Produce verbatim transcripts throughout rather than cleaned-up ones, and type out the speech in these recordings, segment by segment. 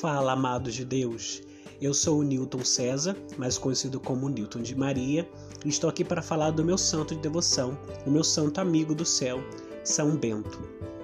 Fala, amados de Deus. Eu sou o Newton César, mais conhecido como Newton de Maria, e estou aqui para falar do meu santo de devoção, o meu santo amigo do céu, São Bento.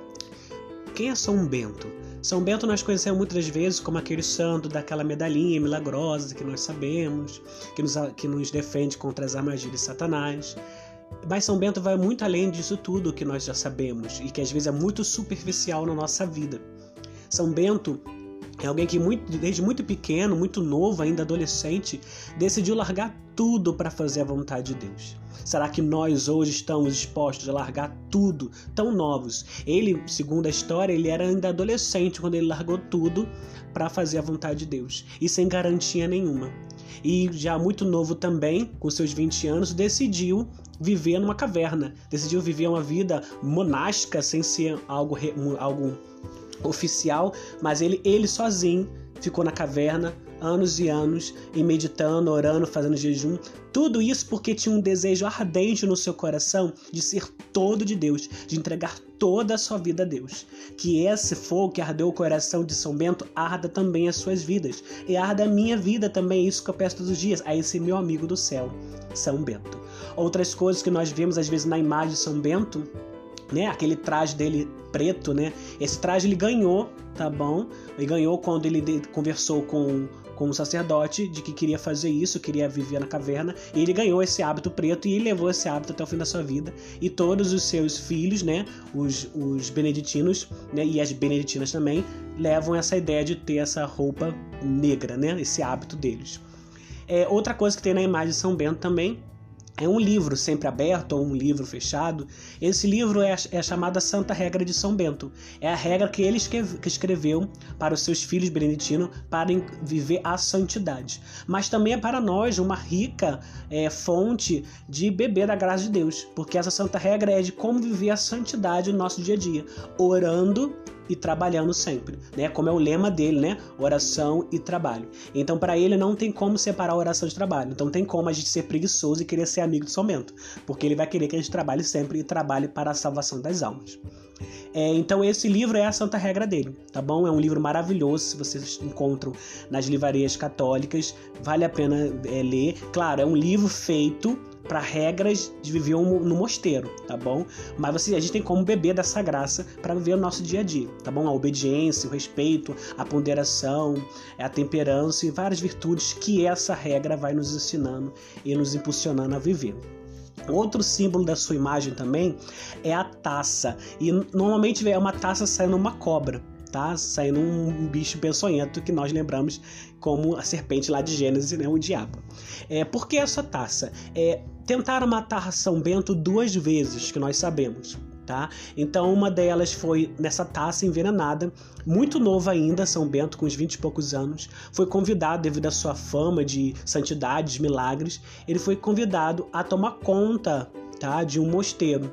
Quem é São Bento? São Bento nós conhecemos muitas vezes como aquele santo daquela medalhinha milagrosa que nós sabemos, que nos, que nos defende contra as armadilhas de Satanás. Mas São Bento vai muito além disso tudo que nós já sabemos e que às vezes é muito superficial na nossa vida. São Bento é alguém que muito, desde muito pequeno, muito novo, ainda adolescente, decidiu largar tudo para fazer a vontade de Deus. Será que nós hoje estamos dispostos a largar tudo, tão novos? Ele, segundo a história, ele era ainda adolescente quando ele largou tudo para fazer a vontade de Deus e sem garantia nenhuma. E já muito novo também, com seus vinte anos, decidiu viver numa caverna, decidiu viver uma vida monástica sem ser algo, algo oficial, mas ele, ele sozinho ficou na caverna anos e anos, e meditando, orando, fazendo jejum. Tudo isso porque tinha um desejo ardente no seu coração de ser todo de Deus, de entregar toda a sua vida a Deus. Que esse fogo que ardeu o coração de São Bento arda também as suas vidas. E arda a minha vida também, isso que eu peço todos os dias, a esse meu amigo do céu, São Bento. Outras coisas que nós vemos às vezes na imagem de São Bento, né? Aquele traje dele preto, né? Esse traje ele ganhou, tá bom? Ele ganhou quando ele conversou com, com o sacerdote de que queria fazer isso, queria viver na caverna, e ele ganhou esse hábito preto e ele levou esse hábito até o fim da sua vida. E todos os seus filhos, né? Os, os beneditinos, né? E as beneditinas também levam essa ideia de ter essa roupa negra, né? Esse hábito deles. É, outra coisa que tem na imagem de São Bento também é um livro sempre aberto ou um livro fechado. Esse livro é a, é a chamada Santa Regra de São Bento. É a regra que ele escreve, que escreveu para os seus filhos beneditinos para viver a santidade. Mas também é para nós uma rica é, fonte de beber da graça de Deus, porque essa Santa Regra é de como viver a santidade no nosso dia a dia, orando e trabalhando sempre, né? Como é o lema dele, né? Oração e trabalho. Então, para ele, não tem como separar oração de trabalho. Então, tem como a gente ser preguiçoso e querer ser amigo de São Bento, porque ele vai querer que a gente trabalhe sempre e trabalhe para a salvação das almas. É, então, esse livro é a Santa Regra dele, tá bom? É um livro maravilhoso, se vocês encontram nas livrarias católicas, vale a pena é, ler. Claro, é um livro feito para regras de viver no mosteiro, tá bom? Mas você, a gente tem como beber dessa graça para viver o nosso dia a dia, tá bom? A obediência, o respeito, a ponderação, a temperança e várias virtudes que essa regra vai nos ensinando e nos impulsionando a viver. Outro símbolo da sua imagem também é a taça, e normalmente é uma taça saindo uma cobra, tá? Saindo um bicho peçonhento que nós lembramos como a serpente lá de Gênesis, né? O diabo. É, por que essa taça? É, tentaram matar São Bento duas vezes, que nós sabemos, tá? Então uma delas foi nessa taça envenenada, muito novo ainda, São Bento, com uns vinte e poucos anos, foi convidado, devido à sua fama de santidade, de milagres, ele foi convidado a tomar conta, tá? De um mosteiro.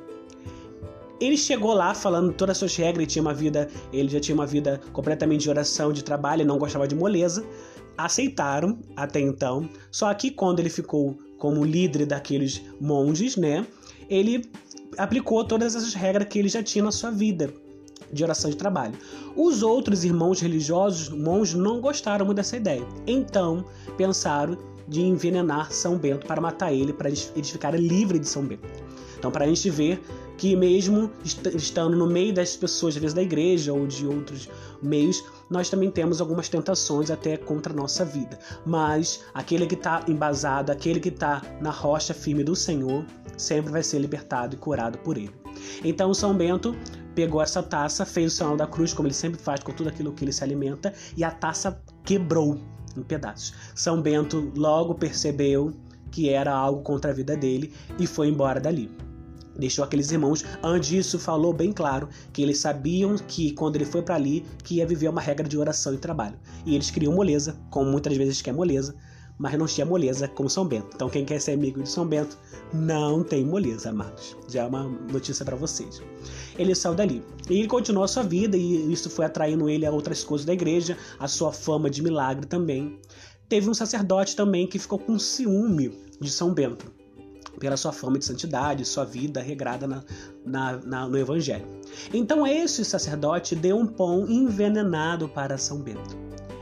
Ele chegou lá falando todas as suas regras, ele, tinha uma vida, ele já tinha uma vida completamente de oração, de trabalho, ele não gostava de moleza. Aceitaram até então, só que quando ele ficou como líder daqueles monges, né, ele aplicou todas essas regras que ele já tinha na sua vida de oração e de trabalho. Os outros irmãos religiosos, monges, não gostaram muito dessa ideia. Então, pensaram de envenenar São Bento para matar ele, para eles, eles ficarem livres de São Bento. Então, para a gente ver que mesmo estando no meio das pessoas, às vezes da igreja ou de outros meios, nós também temos algumas tentações até contra a nossa vida. Mas aquele que está embasado, aquele que está na rocha firme do Senhor, sempre vai ser libertado e curado por ele. Então, São Bento pegou essa taça, fez o sinal da cruz, como ele sempre faz com tudo aquilo que ele se alimenta, e a taça quebrou em pedaços. São Bento logo percebeu que era algo contra a vida dele e foi embora dali. Deixou aqueles irmãos, antes disso falou bem claro que eles sabiam que quando ele foi para ali, que ia viver uma regra de oração e trabalho. E eles queriam moleza, como muitas vezes quer moleza, mas não tinha moleza como São Bento. Então quem quer ser amigo de São Bento não tem moleza, amados. Já é uma notícia para vocês. Ele saiu dali. E ele continuou a sua vida e isso foi atraindo ele a outras coisas da igreja, a sua fama de milagre também. Teve um sacerdote também que ficou com ciúme de São Bento, pela sua fama de santidade, sua vida regrada na, na, na, no Evangelho. Então esse sacerdote deu um pão envenenado para São Bento.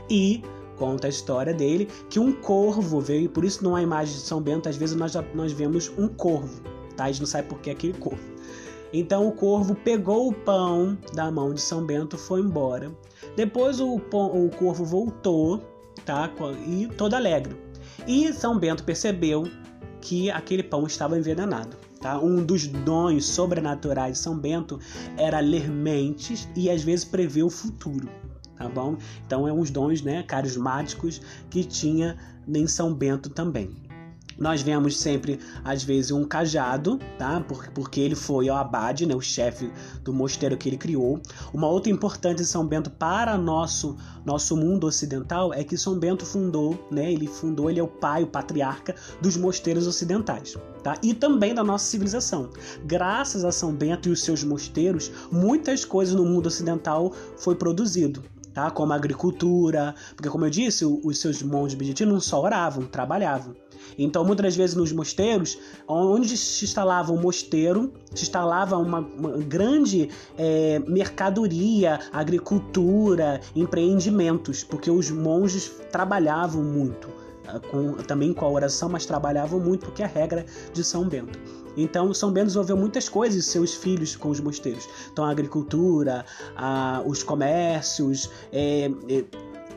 E conta a história dele que um corvo veio, e por isso numa imagem de São Bento, às vezes nós, nós vemos um corvo, tá? A gente não sabe por que aquele corvo. Então o corvo pegou o pão da mão de São Bento e foi embora. Depois o, o corvo voltou, tá? E todo alegre. E São Bento percebeu que aquele pão estava envenenado. Tá? Um dos dons sobrenaturais de São Bento era ler mentes e às vezes prever o futuro. Tá bom? Então é uns dons, né, carismáticos que tinha em São Bento também. Nós vemos sempre, às vezes, um cajado, tá? Porque ele foi o abade, né? O chefe do mosteiro que ele criou. Uma outra importante de São Bento para nosso, nosso mundo ocidental é que São Bento fundou, né? Ele fundou, ele é o pai, o patriarca dos mosteiros ocidentais, tá? E também da nossa civilização. Graças a São Bento e os seus mosteiros, muitas coisas no mundo ocidental foi produzido. Tá? Como a agricultura, porque como eu disse, os seus monges beneditinos não só oravam, trabalhavam. Então muitas vezes nos mosteiros, onde se instalava um mosteiro, se instalava uma, uma grande é, mercadoria, agricultura, empreendimentos, porque os monges trabalhavam muito, com, também com a oração, mas trabalhavam muito, porque é a regra de São Bento. Então, São Bento desenvolveu muitas coisas, seus filhos com os mosteiros. Então, a agricultura, a, os comércios, é, é,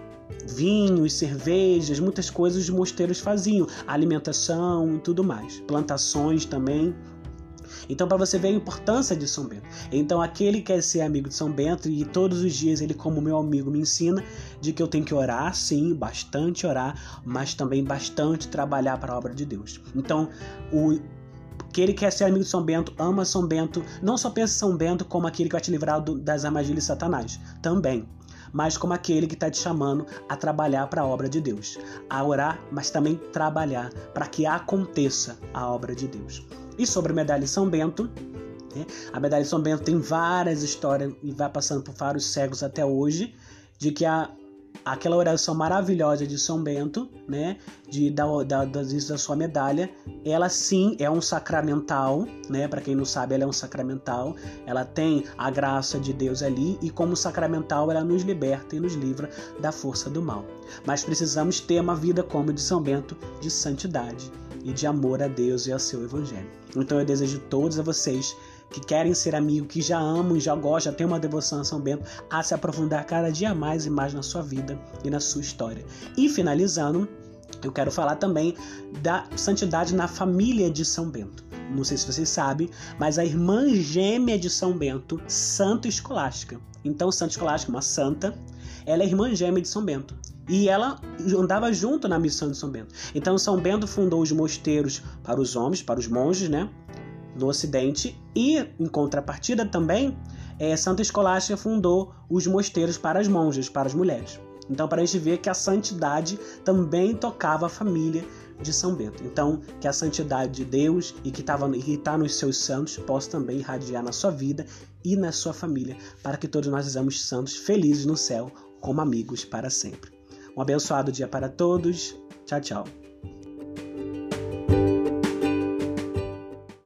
vinhos, cervejas, muitas coisas os mosteiros faziam. A alimentação e tudo mais. Plantações também. Então, para você ver a importância de São Bento. Então, aquele que quer ser amigo de São Bento, e todos os dias ele, como meu amigo, me ensina de que eu tenho que orar, sim, bastante orar, mas também bastante trabalhar para a obra de Deus. Então, o que ele quer ser amigo de São Bento, ama São Bento, não só pensa em São Bento como aquele que vai te livrar do, das armadilhas de Satanás, também, mas como aquele que está te chamando a trabalhar para a obra de Deus, a orar, mas também trabalhar para que aconteça a obra de Deus. E sobre a medalha de São Bento, né, a medalha de São Bento tem várias histórias e vai passando por vários séculos até hoje, de que a aquela oração maravilhosa de São Bento, né, de, da, da, da sua medalha, ela sim é um sacramental, né, para quem não sabe, ela é um sacramental, ela tem a graça de Deus ali, e como sacramental ela nos liberta e nos livra da força do mal. Mas precisamos ter uma vida como a de São Bento, de santidade e de amor a Deus e ao seu evangelho. Então eu desejo a todos a vocês que querem ser amigos, que já amam, já gostam, já têm uma devoção a São Bento, a se aprofundar cada dia mais e mais na sua vida e na sua história. E finalizando, eu quero falar também da santidade na família de São Bento. Não sei se vocês sabem, mas a irmã gêmea de São Bento, Santa Escolástica. Então, Santa Escolástica, uma santa, ela é irmã gêmea de São Bento. E ela andava junto na missão de São Bento. Então, São Bento fundou os mosteiros para os homens, para os monges, né? No Ocidente, e em contrapartida também é, Santa Escolástica fundou os mosteiros para as monjas, para as mulheres. Então, para a gente ver que a santidade também tocava a família de São Bento. Então, que a santidade de Deus e que está nos seus santos possa também irradiar na sua vida e na sua família, para que todos nós sejamos santos, felizes no céu, como amigos para sempre. Um abençoado dia para todos. Tchau, tchau.